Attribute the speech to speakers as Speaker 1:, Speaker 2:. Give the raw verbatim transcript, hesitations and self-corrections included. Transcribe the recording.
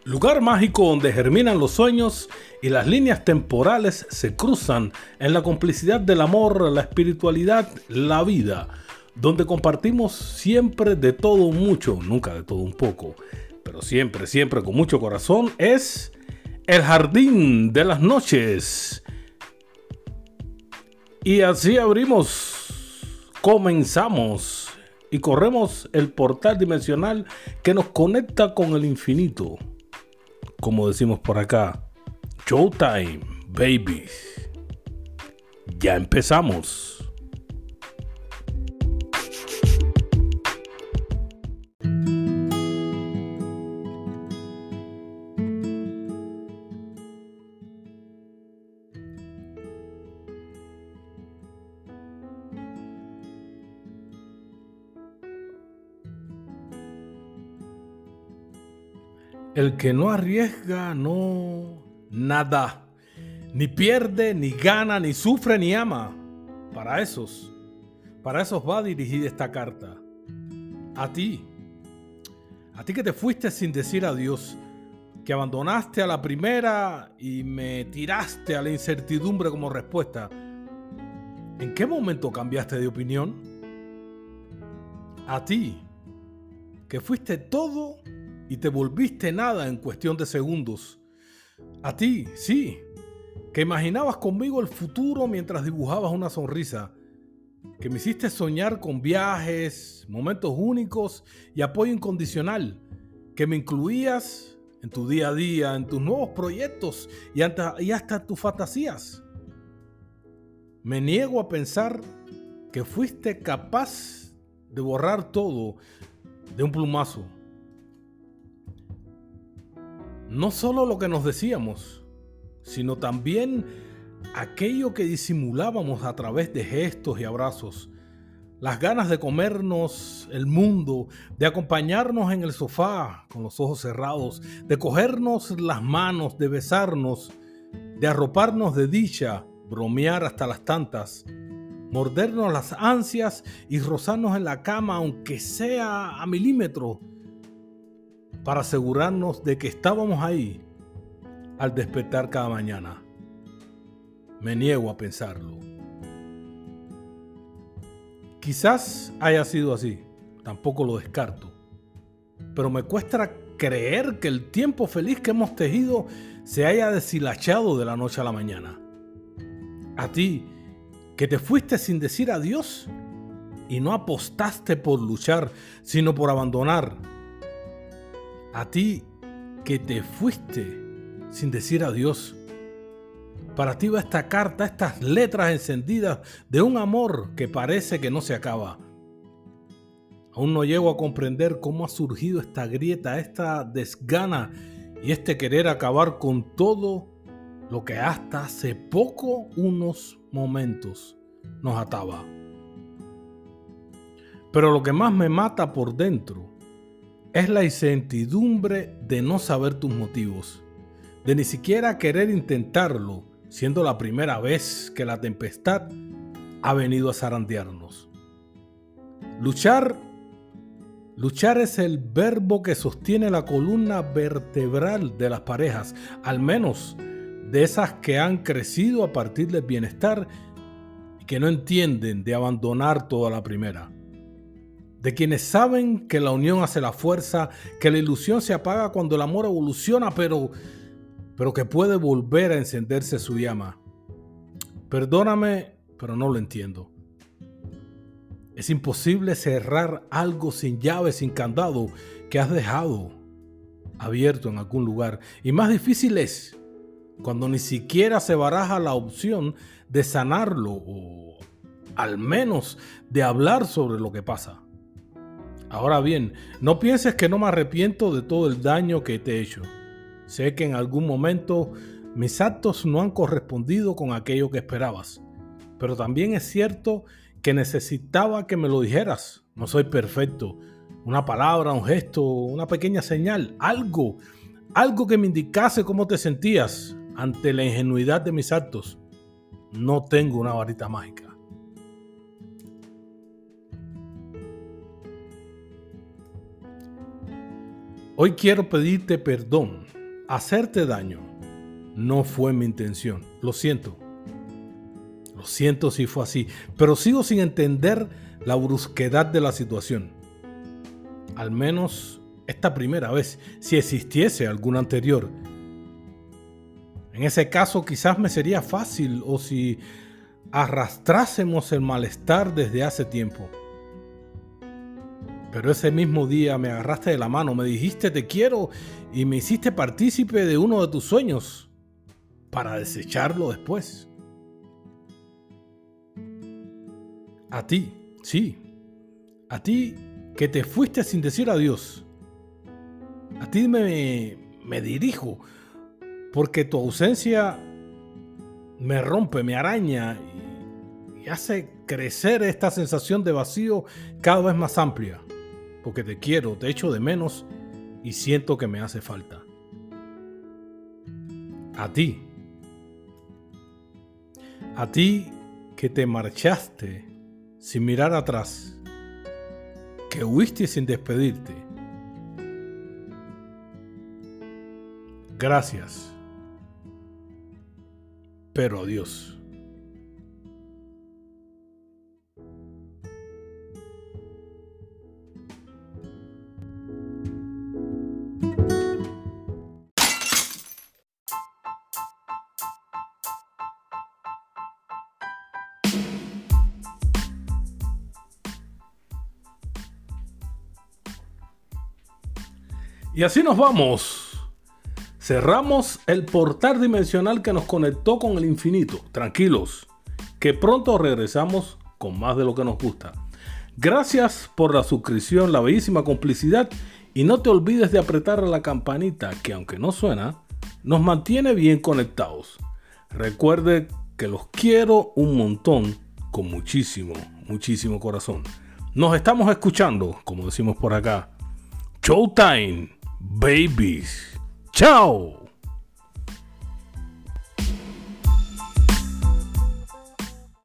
Speaker 1: Lugar mágico donde germinan los sueños y las líneas temporales se cruzan en la complicidad del amor, la espiritualidad, la vida. Donde compartimos siempre de todo mucho, nunca de todo un poco, pero siempre, siempre con mucho corazón, es el Jardín de las Noches. Y así abrimos, comenzamos y corremos el portal dimensional que nos conecta con el infinito. Como decimos por acá, Showtime, baby. Ya empezamos. El que no arriesga, no nada. Ni pierde, ni gana, ni sufre, ni ama. Para esos, para esos va dirigida esta carta. A ti, a ti que te fuiste sin decir adiós, que abandonaste a la primera y me tiraste a la incertidumbre como respuesta. ¿En qué momento cambiaste de opinión? A ti, que fuiste todo y te volviste nada en cuestión de segundos. A ti, sí, que imaginabas conmigo el futuro mientras dibujabas una sonrisa, que me hiciste soñar con viajes, momentos únicos y apoyo incondicional, que me incluías en tu día a día, en tus nuevos proyectos y hasta, y hasta tus fantasías. Me niego a pensar que fuiste capaz de borrar todo de un plumazo. No solo lo que nos decíamos, sino también aquello que disimulábamos a través de gestos y abrazos. Las ganas de comernos el mundo, de acompañarnos en el sofá con los ojos cerrados, de cogernos las manos, de besarnos, de arroparnos de dicha, bromear hasta las tantas, mordernos las ansias y rozarnos en la cama aunque sea a milímetros, para asegurarnos de que estábamos ahí al despertar cada mañana. Me niego a pensarlo. Quizás haya sido así, tampoco lo descarto, pero me cuesta creer que el tiempo feliz que hemos tejido se haya deshilachado de la noche a la mañana. A ti, que te fuiste sin decir adiós y no apostaste por luchar, sino por abandonar. A ti que te fuiste sin decir adiós. Para ti va esta carta, estas letras encendidas de un amor que parece que no se acaba. Aún no llego a comprender cómo ha surgido esta grieta, esta desgana y este querer acabar con todo lo que hasta hace poco, unos momentos, nos ataba. Pero lo que más me mata por dentro es la incertidumbre de no saber tus motivos, de ni siquiera querer intentarlo, siendo la primera vez que la tempestad ha venido a zarandearnos. Luchar, luchar es el verbo que sostiene la columna vertebral de las parejas, al menos de esas que han crecido a partir del bienestar y que no entienden de abandonar toda la primera. De quienes saben que la unión hace la fuerza, que la ilusión se apaga cuando el amor evoluciona, pero, pero que puede volver a encenderse su llama. Perdóname, pero no lo entiendo. Es imposible cerrar algo sin llave, sin candado, que has dejado abierto en algún lugar. Y más difícil es cuando ni siquiera se baraja la opción de sanarlo o al menos de hablar sobre lo que pasa. Ahora bien, no pienses que no me arrepiento de todo el daño que te he hecho. Sé que en algún momento mis actos no han correspondido con aquello que esperabas, pero también es cierto que necesitaba que me lo dijeras. No soy perfecto. Una palabra, un gesto, una pequeña señal, algo, algo que me indicase cómo te sentías ante la ingenuidad de mis actos. No tengo una varita mágica. Hoy quiero pedirte perdón hacerte daño no fue mi intención. Lo siento. Lo siento si fue así, pero sigo sin entender la brusquedad de la situación. Al menos esta primera vez, si existiese alguna anterior. En ese caso quizás me sería fácil, o si arrastrásemos el malestar desde hace tiempo. Pero ese mismo día me agarraste de la mano, me dijiste te quiero y me hiciste partícipe de uno de tus sueños para desecharlo después. A ti, sí, a ti que te fuiste sin decir adiós. A ti me, me dirijo porque tu ausencia me rompe, me araña y, y hace crecer esta sensación de vacío cada vez más amplia. Porque te quiero, te echo de menos y siento que me hace falta. A ti. A ti que te marchaste sin mirar atrás, que huiste sin despedirte. Gracias. Pero adiós. Y así nos vamos. Cerramos el portal dimensional que nos conectó con el infinito. Tranquilos, que pronto regresamos con más de lo que nos gusta. Gracias por la suscripción, la bellísima complicidad. Y no te olvides de apretar la campanita que, aunque no suena, nos mantiene bien conectados. Recuerde que los quiero un montón, con muchísimo, muchísimo corazón. Nos estamos escuchando, como decimos por acá. Showtime, babies. Chao.